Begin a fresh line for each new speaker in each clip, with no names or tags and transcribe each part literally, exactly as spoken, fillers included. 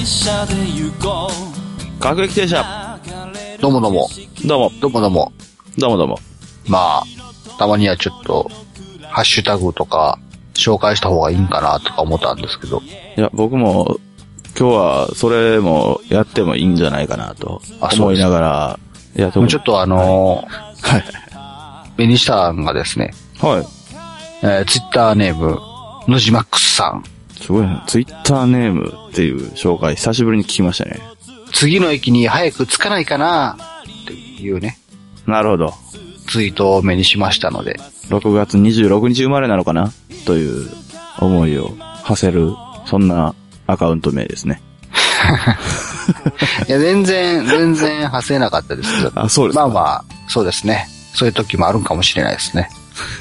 各駅停車。
どうもどうも。
どうも。
どうもどうも。
どうもどうも。
まあ、たまにはちょっと、ハッシュタグとか、紹介した方がいいんかなとか思ったんですけど。
いや、僕も、今日はそれもやってもいいんじゃないかなと思いながら、いや、
ちょっとあのー、
はい。
ベニシタンがですね、
はい。
えー、ツイッターネーム、ノジマックスさん。
すごいな。ツイッターネームっていう紹介、久しぶりに聞きましたね。
次の駅に早く着かないかなっていうね。
なるほど。
ツイートを目にしましたので。
ろくがつにじゅうろくにち生まれなのかなという思いを馳せる、そんなアカウント名ですね。い
や、全然、全然馳せなかったですけど。
あ、そうですか。
まあまあ、そうですね。そういう時もあるかもしれないですね。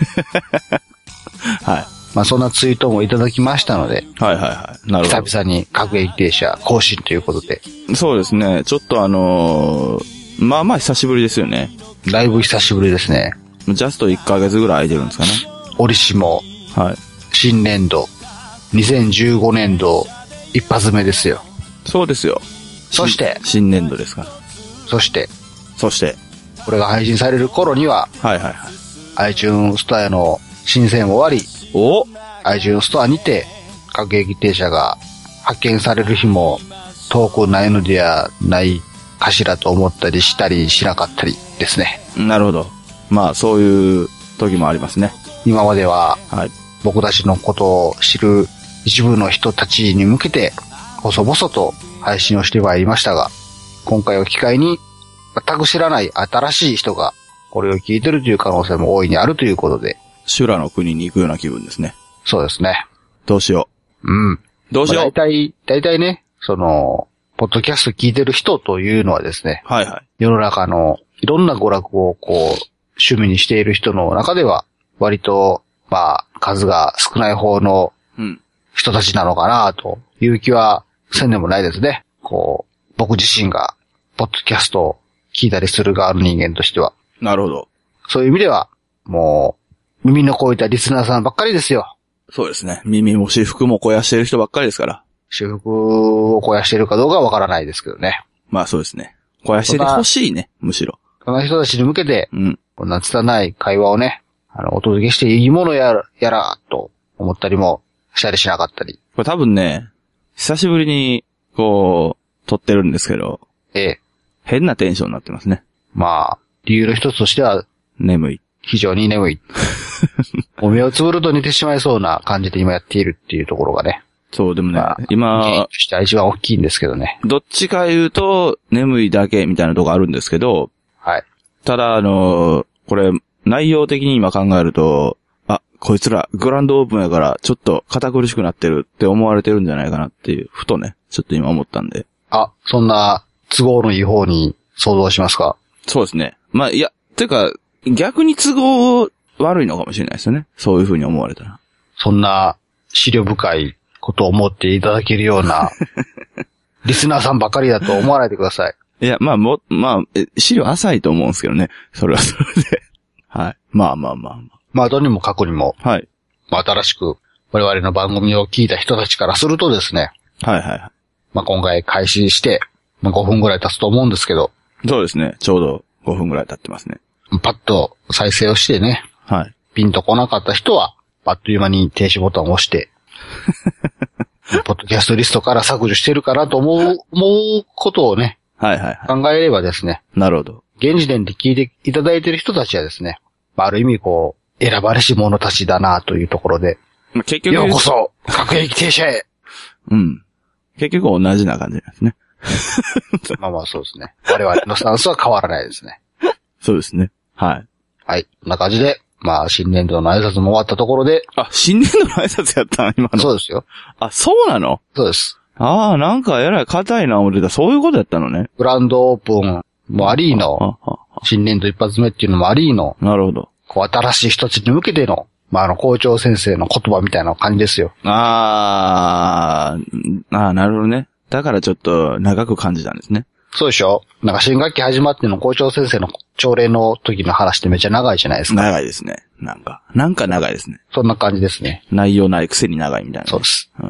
はい。
まあそんなツイートもいただきましたので。
はいはいはい。なるほど。
久々に各駅停車更新ということで。
そうですね。ちょっとあのー、まあまあ久しぶりですよね。
だいぶ久しぶりですね。
ジャストいっかげつぐらい空いてるんですかね。
折しも。
はい。
新年度。にせんじゅうごねんど一発目ですよ。
そうですよ。
そして。
新年度ですから。
そして。
そして。
これが配信される頃には。
はいはいはい。
iTunes ストアの申請も終わり。
お
iTunes ストアにて各駅停車が発見される日も遠くないのではないかしらと思ったりしたりしなかったりですね。
なるほど。まあそういう時もありますね。
今までは、
はい、僕
たちのことを知る一部の人たちに向けて細々と配信をしてまいりましたが、今回を機会に全く知らない新しい人がこれを聞いてるという可能性も大いにあるということで、
修羅の国に行くような気分ですね。
そうですね。
どうしよ
う。うん。
どうしよう。
まあ、大体、大体ね、その、ポッドキャスト聞いてる人というのはですね。
はいはい。
世の中のいろんな娯楽をこう、趣味にしている人の中では、割と、まあ、数が少ない方の人たちなのかなという気はせんでもないですね。こう、僕自身が、ポッドキャストを聞いたりする側の人間としては。
なるほど。
そういう意味では、もう、耳の肥えたリスナーさんばっかりですよ。
そうですね。耳も私服も肥やしてる人ばっかりですから。
私服を肥やしてるかどうかはわからないですけどね。
まあそうですね。肥やしててほしいね、むしろ。
その人たちに向けて、
うん。
こんな拙い会話をね、あの、お届けしていいものやら、やら、と思ったりもしたりしなかったり。
これ多分ね、久しぶりに、こう、撮ってるんですけど。
ええ。
変なテンションになってますね。
まあ、理由の一つとしては、
眠い。
非常に眠い。お目をつぶると寝てしまいそうな感じで今やっているっていうところがね。
そう、でもね、
まあ、
今、
原因としては一番大きいんですけどね。
どっちか言うと、眠いだけみたいなとこあるんですけど、
はい。
ただ、あの、これ、内容的に今考えると、あ、こいつら、グランドオープンやから、ちょっと堅苦しくなってるって思われてるんじゃないかなっていう、ふとね、ちょっと今思ったんで。
あ、そんな、都合のいい方に想像しますか？
そうですね。まあ、いや、てか、逆に都合悪いのかもしれないですよね。そういう風に思われたら。
そんな、資料深いことを思っていただけるような、リスナーさんばかりだと思わないでください。
いや、まあ、も、まあ、資料浅いと思うんですけどね。それはそれで。はい。まあまあまあまあ。
まあ、とにもかくにも。
はい。
まあ、新しく、我々の番組を聞いた人たちからするとですね。
はいはいはい。
まあ、今回開始して、まあ、ごふんぐらい経つと思うんですけど。
そうですね。ちょうどごふんぐらい経ってますね。
パッと再生をしてね。
はい。
ピンと来なかった人は、あっという間に停止ボタンを押して、ポッドキャストリストから削除してるかなと思う、思うことをね。
はいはいはい。
考えればですね。
なるほど。
現時点で聞いていただいている人たちはですね。ある意味こう、選ばれし者たちだなというところで。
まあ、結局。
ようこそ、各駅停車へ。
うん。結局同じな感じなんですね。
まあまあそうですね。我々のスタンスは変わらないですね。
そうですね。はい。
はい。こんな感じで、まあ新年度の挨拶も終わったところで。
あ、新年度の挨拶やったん今の。
そうですよ。
あ、そうなの？
そうです。
ああ、なんかえらい硬いな思ってた。そういうことやったのね。
グランドオープンもありの、新年度一発目っていうのもありの。
なるほど。
こう新しい人たちに向けての、まああの校長先生の言葉みたいな感じですよ。
ああ、ああ、なるほどね。だからちょっと長く感じたんですね。
そうでしょ？なんか新学期始まっての校長先生の朝礼の時の話ってめっちゃ長いじゃないですか。
長いですね。なんか。なんか長いですね。
そんな感じですね。
内容ないくせに長いみたいな、ね。
そうです。
うん。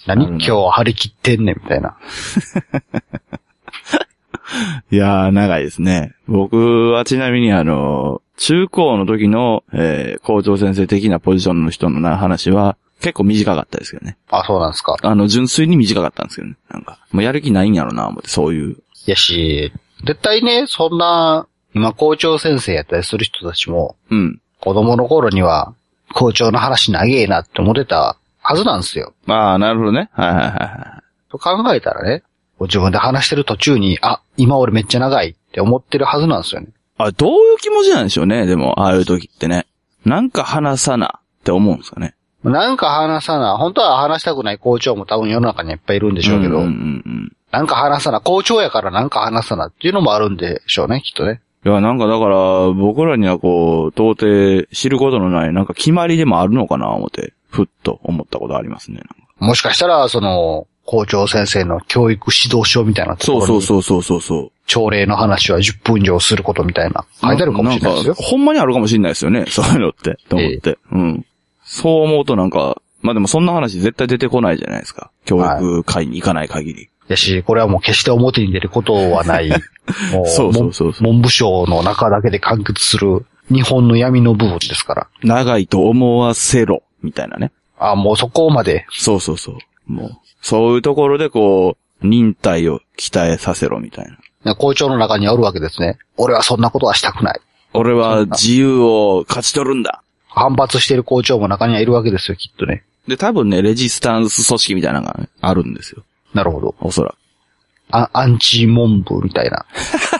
何今日は張り切ってんねん、みたいな。
いやー、長いですね。僕はちなみにあの、中高の時の、えー、校長先生的なポジションの人のな話は、結構短かったですけどね。
あ、そうなんですか。
あの、純粋に短かったんですけどね。なんか、もうやる気ないんやろな、思って、そういう。
いやし、絶対ね、そんな、今校長先生やったりする人たちも、
うん。
子供の頃には、校長の話長えなって思ってたはずなんですよ。
ああ、なるほどね。はいはいはいはい。
と考えたらね、自分で話してる途中に、あ、今俺めっちゃ長いって思ってるはずなんですよね。
あ、どういう気持ちなんでしょうね、でも、ああいう時ってね。なんか話さなって思うんですかね。
なんか話さな、本当は話したくない校長も多分世の中にいっぱいいるんでしょうけど、
うんうんうん、
なんか話さな、校長やからなんか話さなっていうのもあるんでしょうね、きっとね。
いや、なんかだから、僕らにはこう、到底知ることのない、なんか決まりでもあるのかな、思って、ふっと思ったことありますね。
もしかしたら、その、校長先生の教育指導書みたいなところに。
そうそうそうそうそう。
朝礼の話はじゅっぷん以上することみたいな。書いてあるかもしれないですよ。
ほんまにあるかもしれないですよね。そういうのって。と思って、えー。うん。そう思うとなんか、まあでもそんな話絶対出てこないじゃないですか。教育会に行かない限り。はい、
やし、これはもう決して表に出ることはない。もう
そうそうそうそう。
文部省の中だけで完結する日本の闇の部分ですから。
長いと思わせろ。みたいなね。
あ、もうそこまで。
そうそうそう。もう、そういうところでこう、忍耐を鍛えさせろみたい
な。校長の中におるわけですね。俺はそんなことはしたくない。
俺は自由を勝ち取るんだ。
反発している校長も中にはいるわけですよ、きっとね。
で、多分ね、レジスタンス組織みたいなのが、ね、あるんですよ。
なるほど。
おそらく。
あ、アンチ文部みたいな。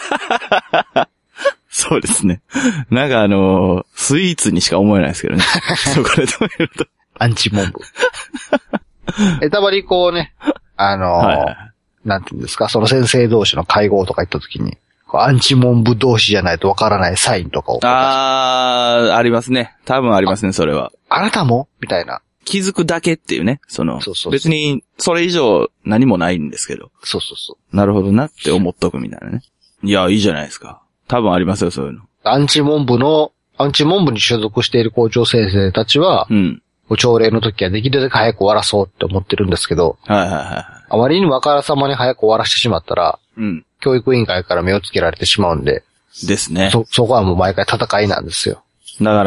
そうですね。なんかあのー、スイーツにしか思えないですけどね。そこで止めると。
アンチ文部。え、たまにこうね、あのーはいはい、なんていうんですか、その先生同士の会合とか行った時に、アンチ文部同士じゃないとわからないサインとかを。
あー、ありますね。多分ありますね、それは。
あなたもみたいな。
気づくだけっていうね、その、
そうそうそう
別にそれ以上何もないんですけど。
そうそうそう。
なるほどなって思っとくみたいなね。いや、いいじゃないですか。多分ありますよ、そういうの。
アンチ文部の、アンチ文部に所属している校長先生たちは、うん。朝礼の時はできるだけ早く終わらそうって思ってるんですけど、
はいはいはい。
あまりにもあからさまに早く終わらしてしまったら、
うん。
教育委員会から目をつけられてしまうんで。
ですね。
そ、そこはもう毎回戦いなんですよ。
だから、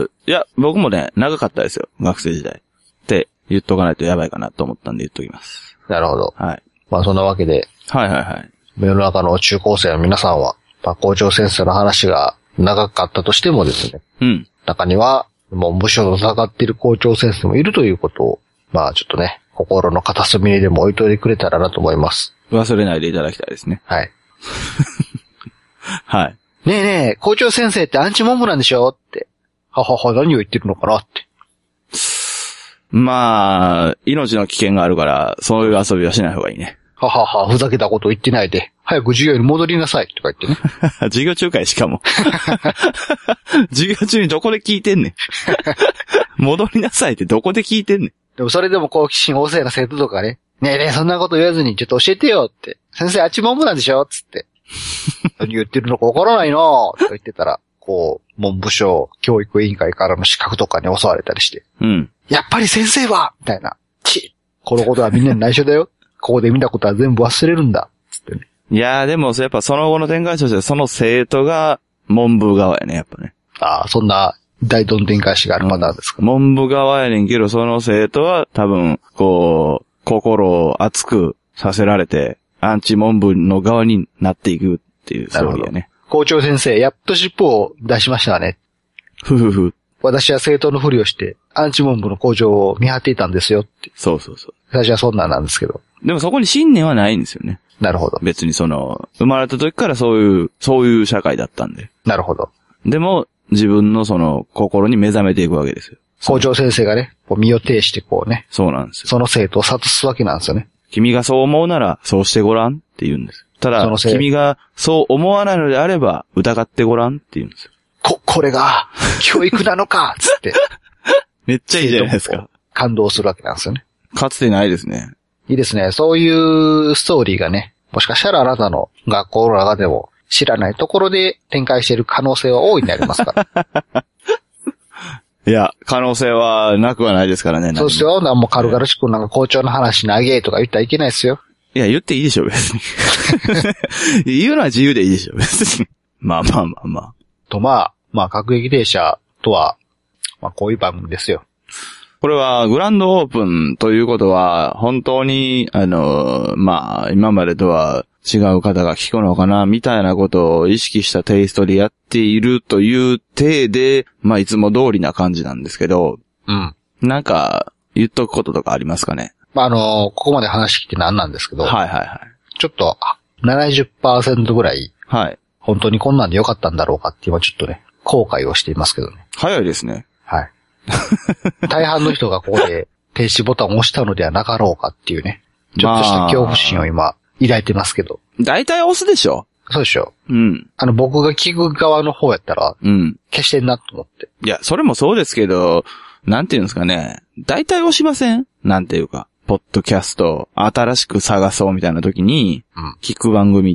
いや、僕もね、長かったですよ。学生時代。って言っとかないとやばいかなと思ったんで言っときます。
なるほど。
はい。
まあそんなわけで。
はいはいはい。
世の中の中高生の皆さんは、まあ、校長先生の話が長かったとしてもですね。
うん。
中には、もう部署と戦っている校長先生もいるということを、まあちょっとね、心の片隅にでも置いといてくれたらなと思います。
忘れないでいただきたいですね。
はい。
はい。
ねえねえ、校長先生ってアンチモブなんでしょって。ははは、何を言ってるのかなって。
まあ、命の危険があるから、そういう遊びはしない方がいいね。
ははは、ふざけたこと言ってないで、早く授業に戻りなさい、とか言ってね。
授業中かいしかも。授業中にどこで聞いてんねん。戻りなさいってどこで聞いてんねん。
でもそれでも好奇心旺盛な生徒とかね、ねえねえ、そんなこと言わずにちょっと教えてよって。先生、あっちもんぶなんでしょつって。何言ってるのかわからないなとか言ってたら、こう、文部省教育委員会からの資格とかに襲われたりして。
うん。
やっぱり先生はみたいな。ちこのことはみんなに内緒だよ。ここで見たことは全部忘れるんだ。つってね。
いやーでも、やっぱその後の展開として、その生徒が文部側やね、やっぱね。
ああ、そんな大どん展開しがあるパターンですか、
うん。文部側やねんけど、その生徒は多分、こう、心を熱くさせられて、アンチ文部の側になっていくっていうストーリーやね。
校長先生、やっと尻尾を出しましたね。
ふふふ。
私は生徒のふりをして、アンチ文部の校長を見張っていたんですよって。
そうそうそう。
最初はそんなんなんですけど。
でもそこに信念はないんですよね。
なるほど。
別にその、生まれた時からそういう、そういう社会だったんで。
なるほど。
でも、自分のその、心に目覚めていくわけですよ。
校長先生がね、こう身を挺してこうね。
そうなんですよ。
その生徒を諭すわけなんですよね。
君がそう思うなら、そうしてごらんって言うんです。ただ、君がそう思わないのであれば、疑ってごらんって言うんですよ。
こ、これが、教育なのかつって。
めっちゃいいじゃないですか。
感動するわけなんですよね。
かつてないですね。
いいですね。そういうストーリーがね、もしかしたらあなたの学校の中でも知らないところで展開している可能性は大いにありますから。
いや、可能性はなくはないですからね。
そうですよ。もう軽々しくなんか校長の話長えとか言ったらいけないですよ。
いや、言っていいでしょ、別に。言うのは自由でいいでしょ、別に。まあまあまあまあ。
とまあ、まあ、各駅停車とは、まあこういう番組ですよ。
これはグランドオープンということは、本当に、あの、まあ、今までとは違う方が聞くのかな、みたいなことを意識したテイストでやっているという体で、まあ、いつも通りな感じなんですけど、
うん。
なんか、言っとくこととかありますかね？
まあ、あの、ここまで話聞いて何なんですけど、
はいはいはい。
ちょっと、ななじゅっパーセント ぐらい、
はい。
本当にこんなんでよかったんだろうかって今ちょっとね、後悔をしていますけどね。
早いですね。
はい。大半の人がここで停止ボタンを押したのではなかろうかっていうね。ちょっとした恐怖心を今抱いてますけど。
大体押すでしょ。
そうでしょ。
うん。
あの僕が聞く側の方やったら、うん。消してんなと思って。
いや、それもそうですけど、なんていうんですかね。大体押しません？なんていうか。ポッドキャスト、新しく探そうみたいな時に、聞く番組って、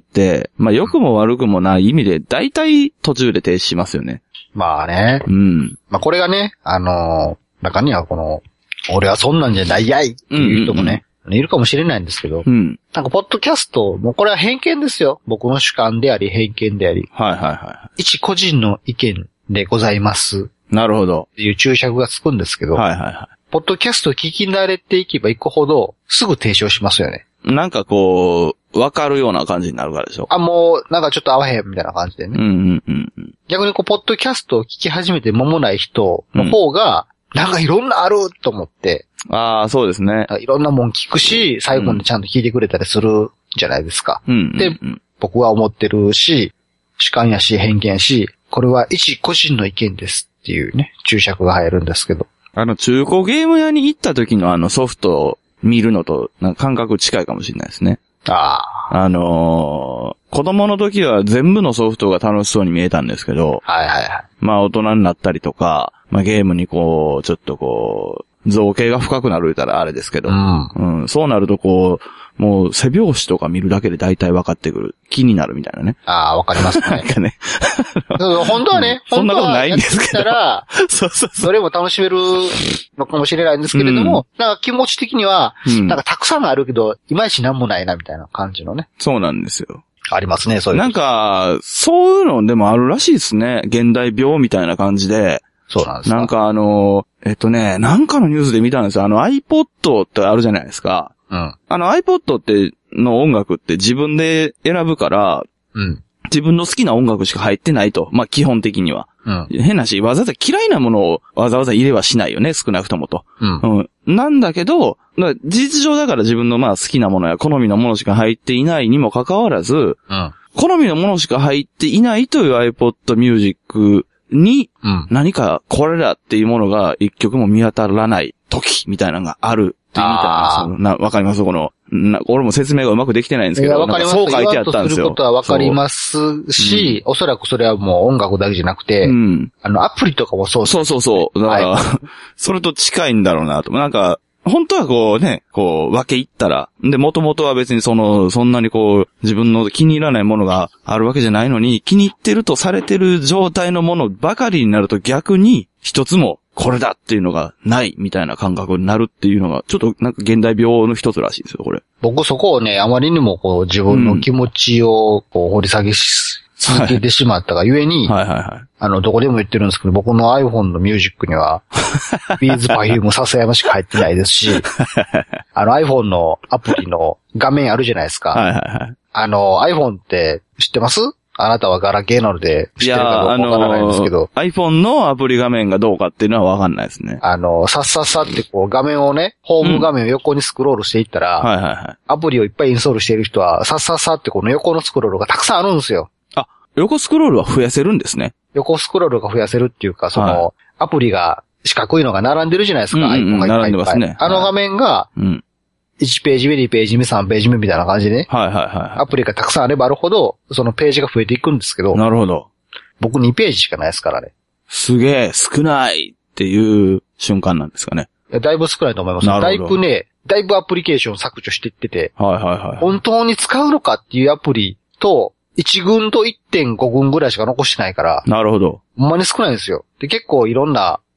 まあ良くも悪くもない意味で、大体途中で停止しますよね。
まあね。
うん。
まあこれがね、あのー、中にはこの、俺はそんなんじゃないやいっていう人もね、うんうんうん、いるかもしれないんですけど、うん、なんかポッドキャスト、もうこれは偏見ですよ。僕の主観であり偏見であり。
はいはいはい。
一個人の意見でございます。
なるほど。
っていう注釈がつくんですけど、
はいはいはい。
ポッドキャストを聞き慣れていけばいくほど、すぐ提唱しますよね。
なんかこう、わかるような感じになるからでしょ。
あ、もう、なんかちょっと合わへんみたいな感じでね。
うんうんうんうん。
逆にこう、ポッドキャストを聞き始めて間もない人の方が、うん、なんかいろんなあると思って。
ああ、そうですね。
いろんなもん聞くし、最後にちゃんと聞いてくれたりするじゃないですか。
うんうんうん、
で、僕は思ってるし、主観やし偏見し、これは一個人の意見ですっていうね、注釈が入るんですけど。
あの、中古ゲーム屋に行った時のあのソフトを見るのと、なんか感覚近いかもしれないですね。
あ
あ。あのー、子供の時は全部のソフトが楽しそうに見えたんですけど、
はいはいはい。
まあ大人になったりとか、まあゲームにこう、ちょっとこう、造形が深くなるたらあれですけど、うん、うん、そうなるとこう、もう背拍子とか見るだけで大体分かってくる。気になるみたいなね。
ああ、分かりますね。
なんかね。
本当はね、
うん、そんなことないんですけど。
本当はやってたら、そうそうそう。それも楽しめるのかもしれないんですけれども、うん、なんか気持ち的には、うん、なんかたくさんあるけど、いまいちなんもないなみたいな感じのね。
そうなんですよ。
ありますね、そういう。
なんか、そういうのでもあるらしいですね。現代病みたいな感じで。
そうなんですか。
なんかあの、えっとね、なんかのニュースで見たんですよ。あの iPod ってあるじゃないですか。
うん。
あの iPod っての音楽って自分で選ぶから、
うん。
自分の好きな音楽しか入ってないと。まあ基本的には。
うん。
変なし、わざわざ嫌いなものをわざわざ入れはしないよね、少なくともと。
うん。
うん。なんだけど、だ事実上だから自分のまあ好きなものや好みのものしか入っていないにもかかわらず、
うん。
好みのものしか入っていないという iPod Music に、何かこれだっていうものが一曲も見当たらない時みたいなのがあるっていうみたいな、そのな、わかりますこの、な、俺も説明がうまくできてないんですけど、
わかります。
そう書いてあったんですよ。
言わんとすることはわかりますし、うん、おそらくそれはもう音楽だけじゃなくて、うん、あの、アプリとかもそうですね。
そうそうそう。だから、はい、それと近いんだろうなと。なんか、本当はこうね、こう、分け入ったら、で、元々は別にその、そんなにこう、自分の気に入らないものがあるわけじゃないのに、気に入ってるとされてる状態のものばかりになると逆に、一つも、これだっていうのがないみたいな感覚になるっていうのが、ちょっとなんか現代病の一つらしいですよ、これ。
僕そこをね、あまりにもこう、自分の気持ちをこう、掘り下げし、続けてしまったがゆえに、
はいはいはい。
あの、どこでも言ってるんですけど、僕の iPhone のミュージックには、ビーズパフューム笹山しか入ってないですし、あの iPhone のアプリの画面あるじゃないですか。
はいはいはい。
あの iPhone って知ってます？あなたはガラケーなので知ってるかどうかわからないんですけど。
あのー、iPhone のアプリ画面がどうかっていうのはわかんないですね。
あの、さっさっさってこう画面をね、ホーム画面を横にスクロールしていったら、
うん、はいはいはい。
アプリをいっぱいインストールしている人は、さっさっさってこの横のスクロールがたくさんあるんですよ。
あ、横スクロールは増やせるんですね。
横スクロールが増やせるっていうか、その、はい、アプリが四角いのが並んでるじゃないですか。
うんうんうん、並んでますね。
あの画面が、
うん、
いちページ目、にページ目、さんページ目みたいな感じでね。
はいはいはい。
アプリがたくさんあればあるほど、そのページが増えていくんですけど。
なるほど。
僕にページしかないですからね。
すげえ、少ないっていう瞬間なんですかね。
いや、だいぶ少ないと思います。だいぶね、だいぶアプリケーション削除していってて。
はいはいはい。
本当に使うのかっていうアプリと、いち軍と いってんご 軍ぐらいしか残してないから。
なるほど。
ほんまに少ないんですよ。で、結構いろんな、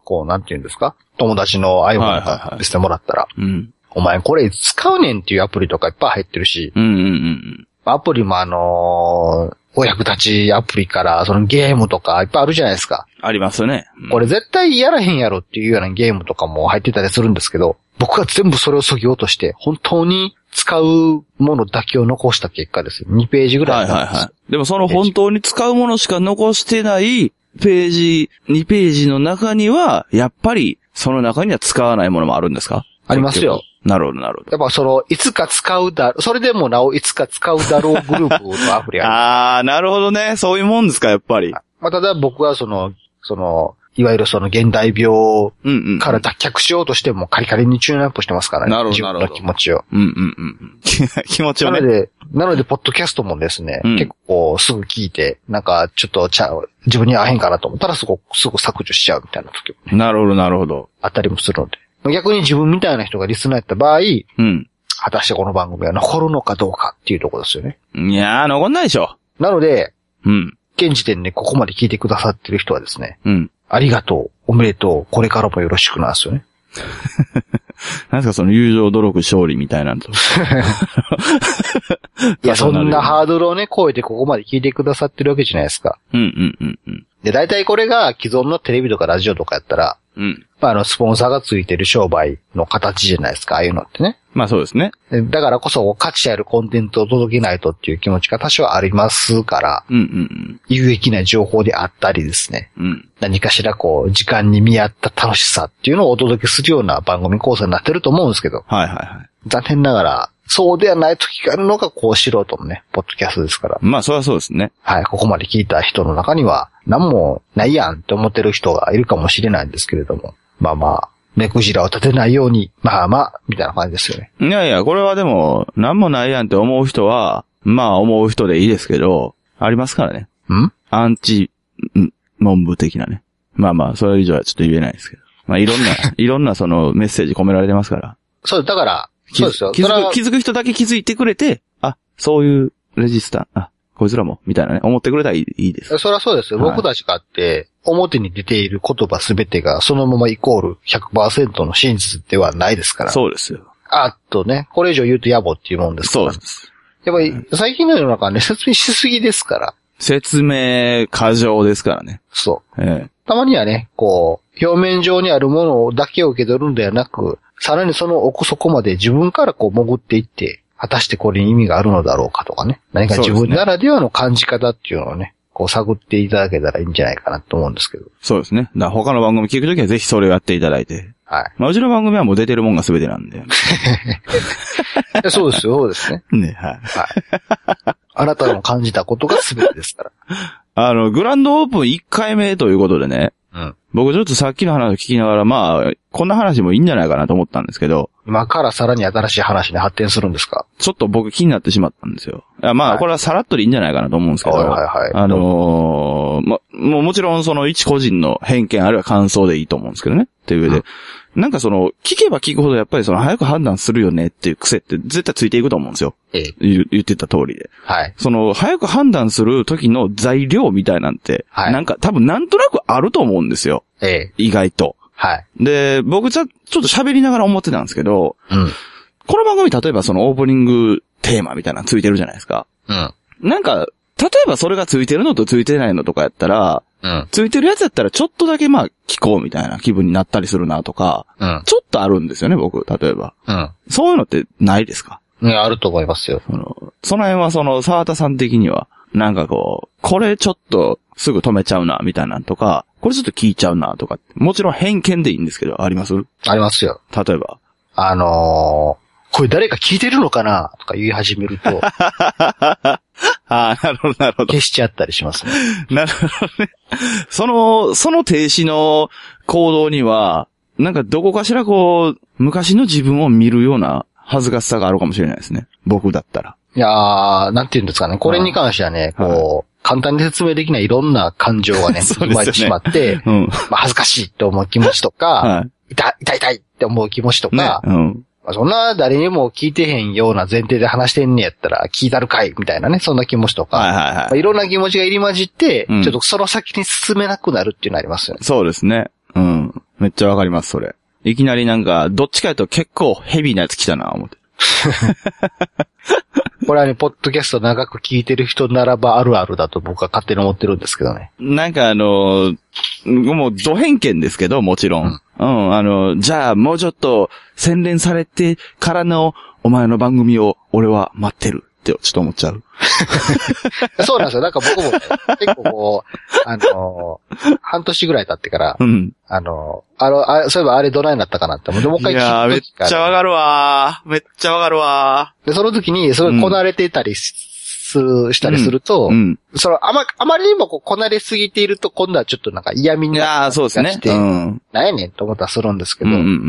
こう、なんていうんですか友達の iPhone とか見せてもらったら、
はいはいはい、うん。
お前これ使うねんっていうアプリとかいっぱい入ってるし、
うんうんうん。
アプリもあのー、お役立ちアプリから、そのゲームとかいっぱいあるじゃないですか。
ありますよね。
うん、これ絶対やらへんやろっていうようなゲームとかも入ってたりするんですけど、僕は全部それを削ぎ落として、本当に使うものだけを残した結果ですよ。にページぐらい。
はいはいはい。でもその本当に使うものしか残してないページ、にページの中には、やっぱりその中には使わないものもあるんですか？
ありますよ。
なるほど、なるほど。
やっぱその、いつか使うだ、それでもなおいつか使うだろうグループのアプリある。
ああ、なるほどね。そういうもんですか、やっぱり。
まあ、ただ僕はその、その、いわゆるその現代病から脱却しようとしてもカリカリにチューンアップしてますからね。
なるほど、なるほど。
自分の気持ちを。
うんうんうん。気持ちをね。
なので、なので、ポッドキャストもですね、うん、結構すぐ聞いて、なんかちょっとちゃう、自分に合わへんかなと思ったらすぐ、すぐ削除しちゃうみたいな時もね。
なるほど、なるほど。
あったりもするので。逆に自分みたいな人がリスナーやった場合、うん。果たしてこの番組は残るのかどうかっていうところですよね。
いやー、残んないでしょ。
なので、
うん。
現時点でここまで聞いてくださってる人はですね、
うん。
ありがとう、おめでとう、これからもよろしくなんですよね。
なんですかその友情努力勝利みたいなのと。
いや、そんなハードルをね、超えてここまで聞いてくださってるわけじゃないですか。
うんうんうんうん。
で、大体これが既存のテレビとかラジオとかやったら、
うん。
まあ、あの、スポンサーがついてる商売の形じゃないですか、ああいうのってね。
まあそうですね。
だからこそ、価値あるコンテンツを届けないとっていう気持ちが多少ありますから、
うんうんうん。
有益な情報であったりですね。
うん。
何かしらこう、時間に見合った楽しさっていうのをお届けするような番組構成になってると思うんですけど。
はいはいはい。
残念ながら、そうではない時があるのが、こう、素人のね、ポッドキャストですから。
まあ、そりゃそうですね。
はい、ここまで聞いた人の中には、何もないやんって思ってる人がいるかもしれないんですけれども。まあまあ、目くじらを立てないように、まあまあ、みたいな感じですよね。
いやいや、これはでも、何もないやんって思う人は、まあ思う人でいいですけど、ありますからね。
ん
アンチ、ん文部的なね。まあまあ、それ以上はちょっと言えないですけど。まあいろんな、いろんなそのメッセージ込められてますから。
そう、だから、そうですよ。
気づく、気づく人だけ気づいてくれて、あ、そういうレジスタン、あ、こいつらも、みたいなね、思ってくれたらいい、いいです。
そりゃそうですよ。はい、僕たちがって、表に出ている言葉すべてがそのままイコール ひゃくパーセント の真実ではないですから。
そうですよ。
あっとね、これ以上言うと野暮っていうもんですから。
そうです。
やっぱり、最近の世の中はね、説明しすぎですから。
説明過剰ですからね。
そう。
ええ、
たまにはね、こう、表面上にあるものだけを受け取るんではなく、さらにその奥底まで自分からこう潜っていって、果たしてこれに意味があるのだろうかとかね。何か自分ならではの感じ方っていうのをね、こう探っていただけたらいいんじゃないかなと思うんですけど。
そうですね。だから他の番組聞くときはぜひそれをやっていただいて。
はい。
まあうちの番組はもう出てるもんが全てなんで。
そうですよ、そうですね。
ね、はい。
はい。あなたの感じたことが全てですから。
あの、グランドオープンいっかいめということでね。
うん。
僕ちょっとさっきの話を聞きながら、まあ、こんな話もいいんじゃないかなと思ったんですけど。
今からさらに新しい話に発展するんですか？
ちょっと僕気になってしまったんですよ。いやまあ、はい、これはさらっとでいいんじゃないかなと思うんですけど。
はいはいはい。
あのー、ま、もうもちろんその一個人の偏見あるいは感想でいいと思うんですけどね。っていう上で。うん、なんかその、聞けば聞くほどやっぱりその早く判断するよねっていう癖って絶対ついていくと思うんですよ。
ええ。
言, 言ってた通りで。
はい。
その、早く判断する時の材料みたいなんて、はい。なんか多分なんとなくあると思うんですよ。
ええ。
意外と。
はい。
で、僕ちょ、ちょっと喋りながら思ってたんですけど、
うん。
この番組例えばそのオープニングテーマみたいなのついてるじゃないですか。
うん。
なんか、例えばそれがついてるのとついてないのとかやったら、
うん。
ついてるやつやったらちょっとだけまあ聞こうみたいな気分になったりするなとか、
うん。
ちょっとあるんですよね、僕、例えば。
うん。
そういうのってないですか？
ね、あると思いますよ。
その、その辺はその沢田さん的には、なんかこう、これちょっとすぐ止めちゃうな、みたいなのとか、これちょっと聞いちゃうな、とか、もちろん偏見でいいんですけど、あります？
ありますよ。
例えば。
あのー、これ誰か聞いてるのかなとか言い始めると。
ああ、なるほど、なるほど。
消しちゃったりしますね。
なるほどね。その、その停止の行動には、なんかどこかしらこう、昔の自分を見るような恥ずかしさがあるかもしれないですね。僕だったら。
いやー、なんて言うんですかね。これに関してはね、こう、はい、簡単に説明できないいろんな感情がね、生まれてしまって、うん、まあ恥ずかしいって思う気持ちとか、はい、痛い、痛い痛いって思う気持ちとか、
ね、うん
まあ、そんな誰にも聞いてへんような前提で話してんねやったら聞いたるかいみたいなね、そんな気持ちとか、
はいはいはい。
まあ、いろんな気持ちが入り混じって、
うん、
ちょっとその先に進めなくなるっていうのありますよね。
そうですね。 うん。めっちゃわかります、それ。いきなりなんか、どっちかというと結構ヘビーなやつ来たな、思って。
これはね、ポッドキャスト長く聞いてる人ならばあるあるだと僕は勝手に思ってるんですけどね。
なんかあの、もう、ド偏見ですけど、もちろん。うん、うん、あの、じゃあ、もうちょっと、洗練されてからの、お前の番組を、俺は待ってる。って、ちょっと思っちゃう。
そうなんですよ。なんか僕もね、結構こう、あのー、半年ぐらい経ってから、うん、あのー、あの、あそういえばあれどないなったかなって、もう一回聞いて。いや
ー、めっちゃわかるわー。めっちゃわかるわ
ー。で、その時に、すごいこなれてたりする、したりすると、うんうん、その、あま、あまりにもこうこなれすぎていると、今度はちょっとなんか嫌味になってきて、
そうですね。うん、
なんやねんと思ったらするんですけど、
うんうんうん、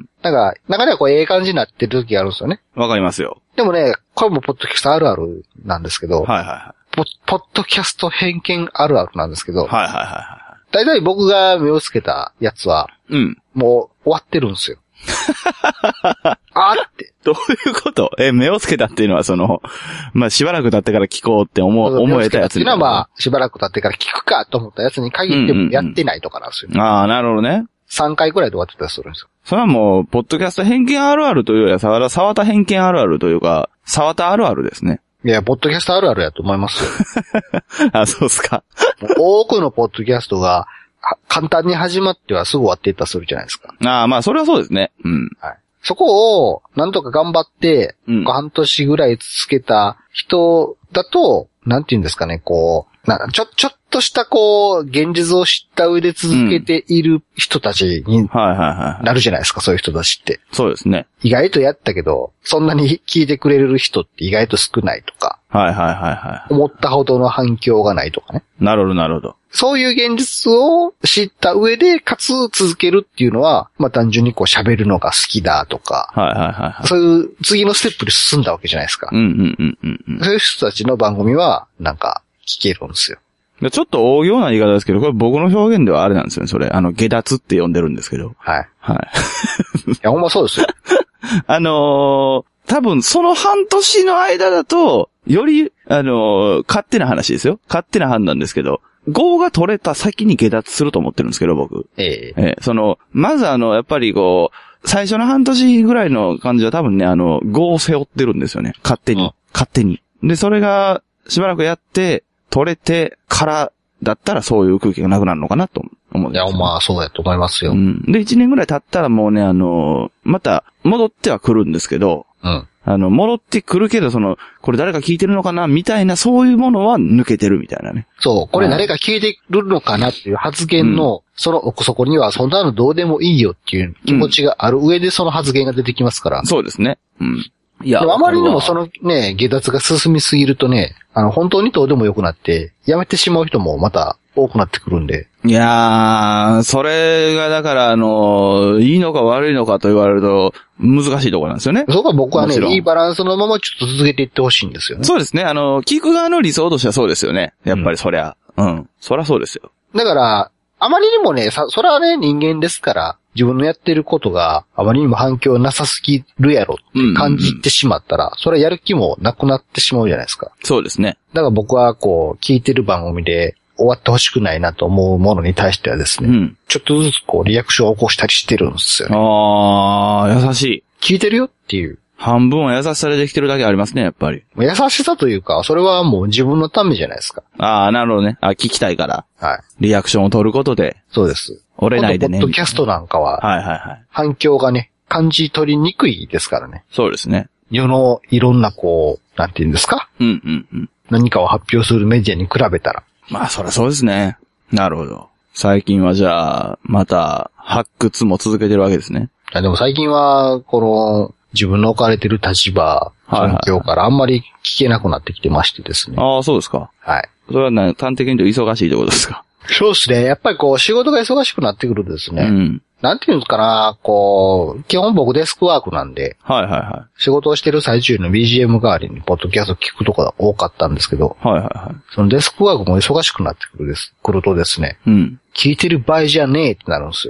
なんか、中ではこう、ええ感じになってる時があるんですよね。
わかりますよ。
でもね、これもポッドキャストあるあるなんですけど、
はいはいはい。
ポ、ポッドキャスト偏見あるあるなんですけど、
はいはいはいはい。
だいたい僕が目をつけたやつは、うん。もう終わってるんですよ。あーって。
どういうことえ、目をつけたっていうのはその、まあ、しばらく経ってから聞こうって思う、思えたやつに。
っていうのはまあ、しばらく経ってから聞くかと思ったやつに限ってもやってないとかなんですよ、ね。
うんうんうん、ああ、なるほどね。
さんかいくらいで終わってたりするんですよ。
それはもう、ポッドキャスト偏見あるあるというよりは、沢沢田偏見あるあるというか、沢田あるあるですね。
いや、ポッドキャストあるあるやと思いますよ。
あ、そうっすか。
多くのポッドキャストが、簡単に始まってはすぐ終わっていったりするじゃないですか。
ああ、まあ、それはそうですね。うん。
はい。そこを、なんとか頑張って、うん、半年ぐらい続けた人だと、なんて言うんですかね、こう、なちょ、ちょっとしたこう、現実を知った上で続けている人たちになるじゃないですか、そういう人たちって。
そうですね。
意外とやったけど、そんなに聞いてくれる人って意外と少ないとか。
はいはいはいはい。
思ったほどの反響がないとかね。
なるほどなるほど。
そういう現実を知った上で、かつ続けるっていうのは、まあ単純にこう喋るのが好きだとか。
はいはいはい、はい。
そういう次のステップで進んだわけじゃないですか。
うんうんうんうん、うん。
そういう人たちの番組は、なんか、聞けるんですよ。
ちょっと大行な言い方ですけど、これ僕の表現ではあれなんですよね、それ。あの、下脱って呼んでるんですけど。
はい。
はい。
いや、ほんまそうですよ。
あのー、多分その半年の間だと、より、あのー、勝手な話ですよ。勝手な判断ですけど、号が取れた先に下脱すると思ってるんですけど、僕。
ええ
ええ、その、まずあの、やっぱりこう、最初の半年ぐらいの感じは多分ね、あの、号を背負ってるんですよね。勝手に。うん、勝手に。で、それが、しばらくやって、取れてからだったらそういう空気がなくなるのかなと思うんですよ、ね。
いや、まあそうやと思いますよ。
うん。で、一年ぐらい経ったらもうね、あの、また戻っては来るんですけど、
うん。
あの、戻ってくるけど、その、これ誰か聞いてるのかなみたいな、そういうものは抜けてるみたいなね。
そう、これ誰か聞いてるのかなっていう発言の、うん、その奥底には、そんなのどうでもいいよっていう気持ちがある上でその発言が出てきますから。
うん、そうですね。うん。
いや、あまりにもそのね、下脱が進みすぎるとね、あの、本当にどうでもよくなって、やめてしまう人もまた多くなってくるんで。
いやー、それがだから、あの、いいのか悪いのかと言われると、難しいところなんですよね。
そこは僕はね、いいバランスのままちょっと続けていってほしいんですよね。
そうですね。あの、聞く側の理想としてはそうですよね。やっぱりそりゃ。うん。うん、そりゃそうですよ。
だから、あまりにもね、さ、それはね、人間ですから、自分のやってることがあまりにも反響なさすぎるやろって感じてしまったら、うんうんうん、それはやる気もなくなってしまうじゃないですか。
そうですね。
だから僕はこう、聞いてる番組で終わってほしくないなと思うものに対してはですね、うん、ちょっとずつこう、リアクションを起こしたりしてるんですよね。
あー、優しい。
聞いてるよっていう。
半分は優しさでできてるだけありますね、やっぱり。
優しさというか、それはもう自分のためじゃないですか。
ああ、なるほどね。あ、聞きたいから。
はい。
リアクションを取ることで。
そうです。
折れないでね。
ポッドキャストなんかは。
はいはいはい。
反響がね、感じ取りにくいですからね。
そうですね。
世のいろんなこう、なんて言うんですか？
うんうんうん。
何かを発表するメディアに比べたら。
まあ、そりゃそうですね。なるほど。最近はじゃあ、また、発掘も続けてるわけですね。
いやでも最近は、この、自分の置かれてる立場、環境からあんまり聞けなくなってきてましてですね。
ああ、そうですか。
はい。
それはね、端的に言うと忙しいってことですか？
そうですね。やっぱりこう、仕事が忙しくなってくるとですね。うん。なんていうんですかな、こう、基本僕デスクワークなんで。
はいはいはい。
仕事をしてる最中の ビージーエム 代わりにポッドキャスト聞くとこが多かったんですけど。
はいはいはい。
そのデスクワークも忙しくなってくるです、来るとですね。
うん。
聞いてる場合じゃねえってなるんですよ。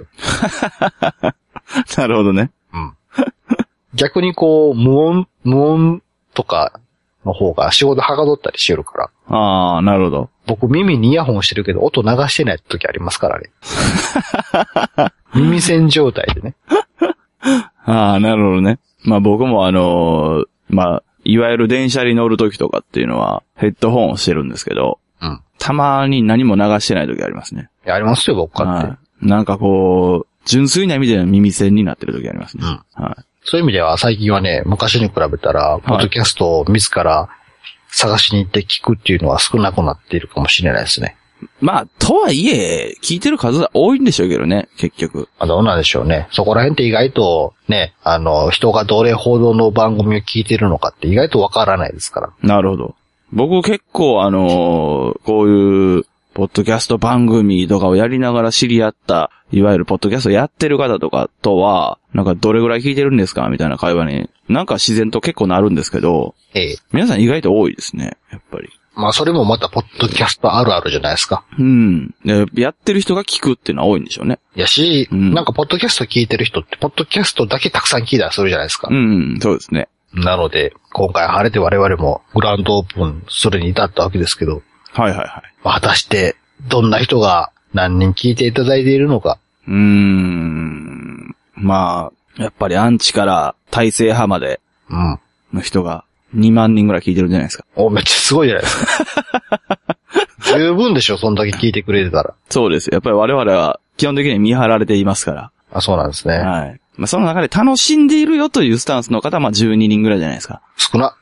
なるほどね。
うん。逆にこう、無音、無音とかの方が仕事はかどったりしてるから。
ああ、なるほど。
僕耳にイヤホンしてるけど音流してない時ありますからね。耳栓状態でね。
ああ、なるほどね。まあ僕もあのー、まあ、いわゆる電車に乗る時とかっていうのはヘッドホンをしてるんですけど、うん。たまに何も流してない時ありますね。
いや、ありますよ、僕かって。
なんかこう、純粋な意味で耳栓になってる時ありますね。うん。はい。
そういう意味では最近はね、昔に比べたら、ポッドキャストを自ら探しに行って聞くっていうのは少なくなっているかもしれないですね。
まあ、とはいえ、聞いてる数は多いんでしょうけどね、結局。
あ、どうなんでしょうね。そこら辺って意外と、ね、あの、人がどれほどの番組を聞いてるのかって意外とわからないですから。
なるほど。僕結構あのー、こういう、ポッドキャスト番組とかをやりながら知り合った、いわゆるポッドキャストやってる方とかとは、なんかどれぐらい聞いてるんですかみたいな会話に、なんか自然と結構なるんですけど、ええ、皆さん意外と多いですね、やっぱり。
まあそれもまたポッドキャストあるあるじゃないですか。
うん。やってる人が聞くっていうのは多いんでしょうね。
やし、うん、なんかポッドキャスト聞いてる人って、ポッドキャストだけたくさん聞いたりするじゃないですか。
うん、そうですね。
なので、今回晴れて我々もグランドオープン、それに至ったわけですけど。
はいはいはい。
果たして、どんな人が何人聞いていただいているのか。
うーん。まあ、やっぱりアンチから体制派までの人がにまんにんぐらい聞いてるじゃないですか。
お、めっちゃすごいじゃないですか。十分でしょ、そんだけ聞いてくれてたら。
そうです。やっぱり我々は基本的に見張られていますから。
あ、そうなんですね。
はい。まあ、その中で楽しんでいるよというスタンスの方はまあじゅうににんぐらいじゃないですか。
少な。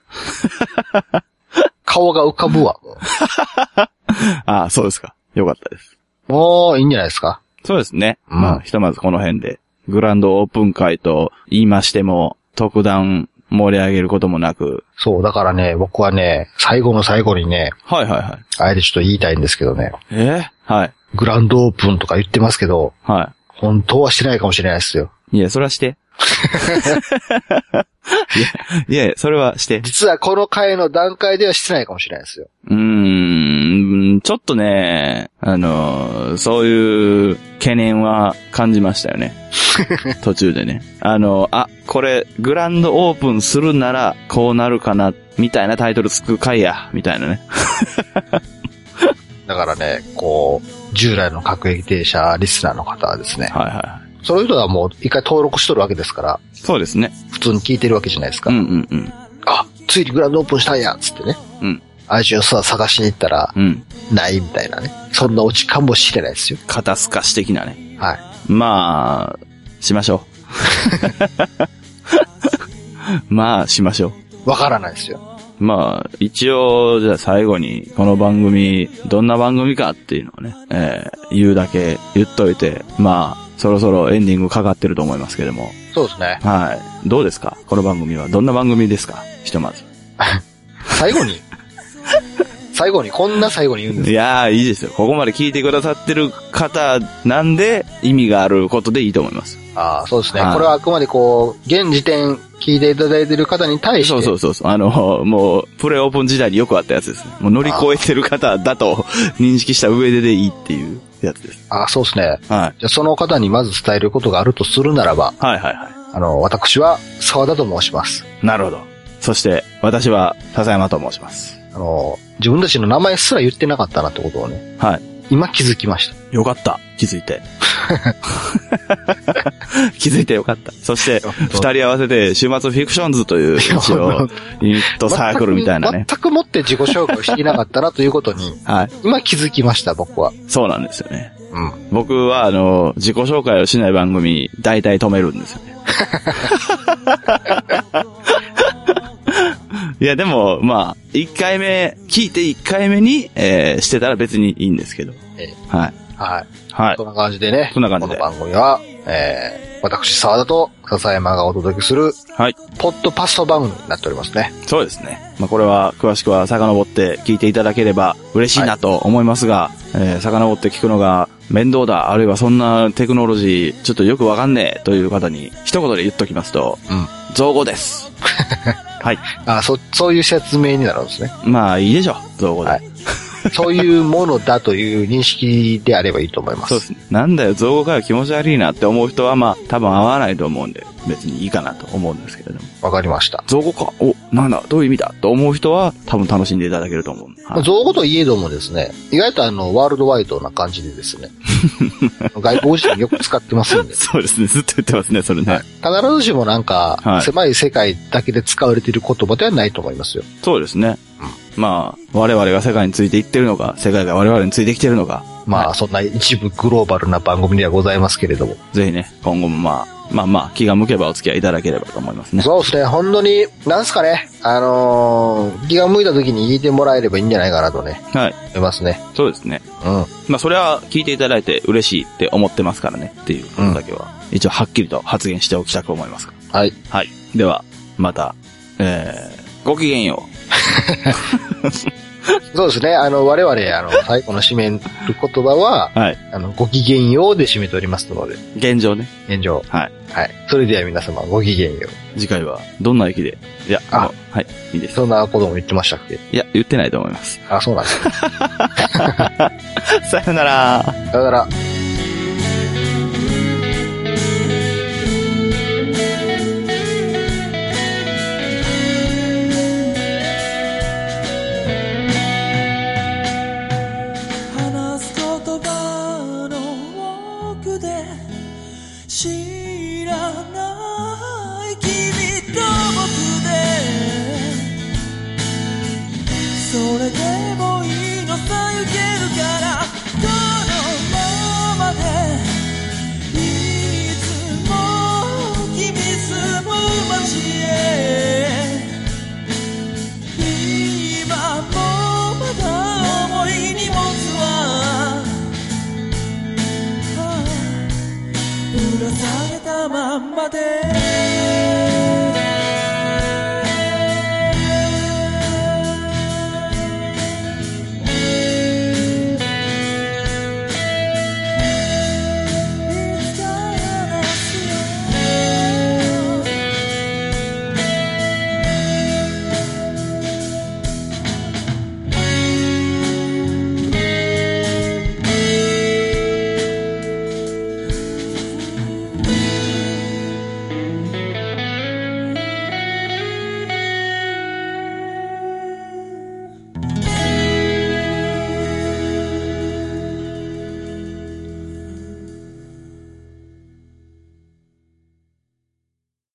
顔が浮かぶわ。
ああ、そうですか。よかったです。
もういいんじゃないですか。
そうですね。うん、まあ、ひとまずこの辺で、グランドオープン会と言いましても、特段盛り上げることもなく。
そう、だからね、僕はね、最後の最後にね。
はいはいはい。
あえてちょっと言いたいんですけどね。
えー、はい。
グランドオープンとか言ってますけど。
はい。
本当はしてないかもしれないですよ。
いや、それはして。いや、いや、それはして。
実はこの回の段階ではしてないかもしれないですよ。
うーん、ちょっとね、あの、そういう懸念は感じましたよね。途中でね。あの、あ、これ、グランドオープンするなら、こうなるかな、みたいなタイトルつく回や、みたいなね。
だからね、こう、従来の各駅停車リスナーの方はですね。
はいはい。
そういう人はもう一回登録しとるわけですから。
そうですね。
普通に聞いてるわけじゃないですか。
うんうんうん。
あ、ついにグランドオープンしたんやつってね。
うん。
iTunes 探しに行ったら、うん。ないみたいなね。そんなオチかもしれないですよ。
肩透かし的なね。
はい。
まあ、しましょう。まあ、しましょ
う。わからないですよ。
まあ、一応、じゃあ最後に、この番組、どんな番組かっていうのをね、えー、言うだけ言っといて、まあ、そろそろエンディングかかってると思いますけども。
そうですね。
はい。どうですか？この番組は。どんな番組ですか？ひとまず。
最後に最後に、こんな最後に言うんですか？
いやー、いいですよ。ここまで聞いてくださってる方なんで、意味があることでいいと思います。
ああ、そうですね。これはあくまでこう、現時点聞いていただいている方に対して。
そうそうそうそう。あの、もう、プレオープン時代によくあったやつですね。もう乗り越えてる方だと認識した上ででいいっていうやつです。
ああ、そうですね。はい。じゃあその方にまず伝えることがあるとするならば。
はいはいはい。
あの、私は沢田と申します。
なるほど。そして、私は笹山と申します。
あの、自分たちの名前すら言ってなかったなってことをね。
はい。
今気づきました。
よかった。気づいて。気づいてよかった。そして、二人合わせて、週末フィクションズという、一応、ユニットサークルみたいなね。
全くもって自己紹介をしていなかったなということに、はい。今気づきました、僕は。
そうなんですよね。うん。僕は、あの、自己紹介をしない番組、大体止めるんですよね。いや、でも、まあ、一回目、聞いて一回目に、えー、してたら別にいいんですけど。えー、はい。
はい。
はい。
そんな感じでね。
そんな感じで。
この番組は、えー、私、沢田と笹山がお届けする、はい。ポッドパスト番組になっておりますね。
そうですね。まあ、これは、詳しくは遡って聞いていただければ嬉しいなと思いますが、はい、えー、遡って聞くのが面倒だ、あるいはそんなテクノロジー、ちょっとよくわかんねえという方に、一言で言っときますと、うん。造語です。はい。
あ、そ、そういう説明になるんですね。
まあ、いいでしょう、造語で。はい。
そういうものだという認識であればいいと思います。
そうですね。なんだよ、造語かよ気持ち悪いなって思う人は、まあ、多分合わないと思うんで、別にいいかなと思うんですけれども。
わかりました。
造語か。お、 なんだ、どういう意味だと思う人は多分楽しんでいただけると思う。
はい、造語といえどもですね、意外とあの、ワールドワイドな感じでですね、外国人よく使ってますんで。
そうですね、ずっと言ってますね、それね。はい、
必ずしもなんか、はい、狭い世界だけで使われている言葉ではないと思いますよ。
そうですね。うん、まあ、我々が世界についていってるのか、世界が我々についてきてるのか。
まあ、はい、そんな一部グローバルな番組ではございますけれども。
ぜひね、今後もまあ、まあまあ、気が向けばお付き合いいただければと思いますね。
そうですね、本当に、なんすかね、あのー、気が向いた時に聞いてもらえればいいんじゃないかなとね。はい。思いますね。
そうですね。うん。まあ、それは聞いていただいて嬉しいって思ってますからね、っていうことだけは、うん、一応はっきりと発言しておきたく思います。
はい。
はい。では、また、えー、ごきげんよう。
そうですね。あの、我々、あの、最後の締める言葉は、はい。あの、ごきげんようで締めておりますので。
現状ね。
現状。
はい。
はい。それでは皆様、ごきげんよう。
次回は、どんな駅でいや、
あ、
はい。いいです。
そんなことも言ってましたっけ？
いや、言ってないと思います。
あ、そうなんですね。
さよなら。
さよなら。
知らない君と僕でそれでもいいのさ行けるからこのままでいつも君住む街へ今もまだ重い荷物はぶら下げたまんまで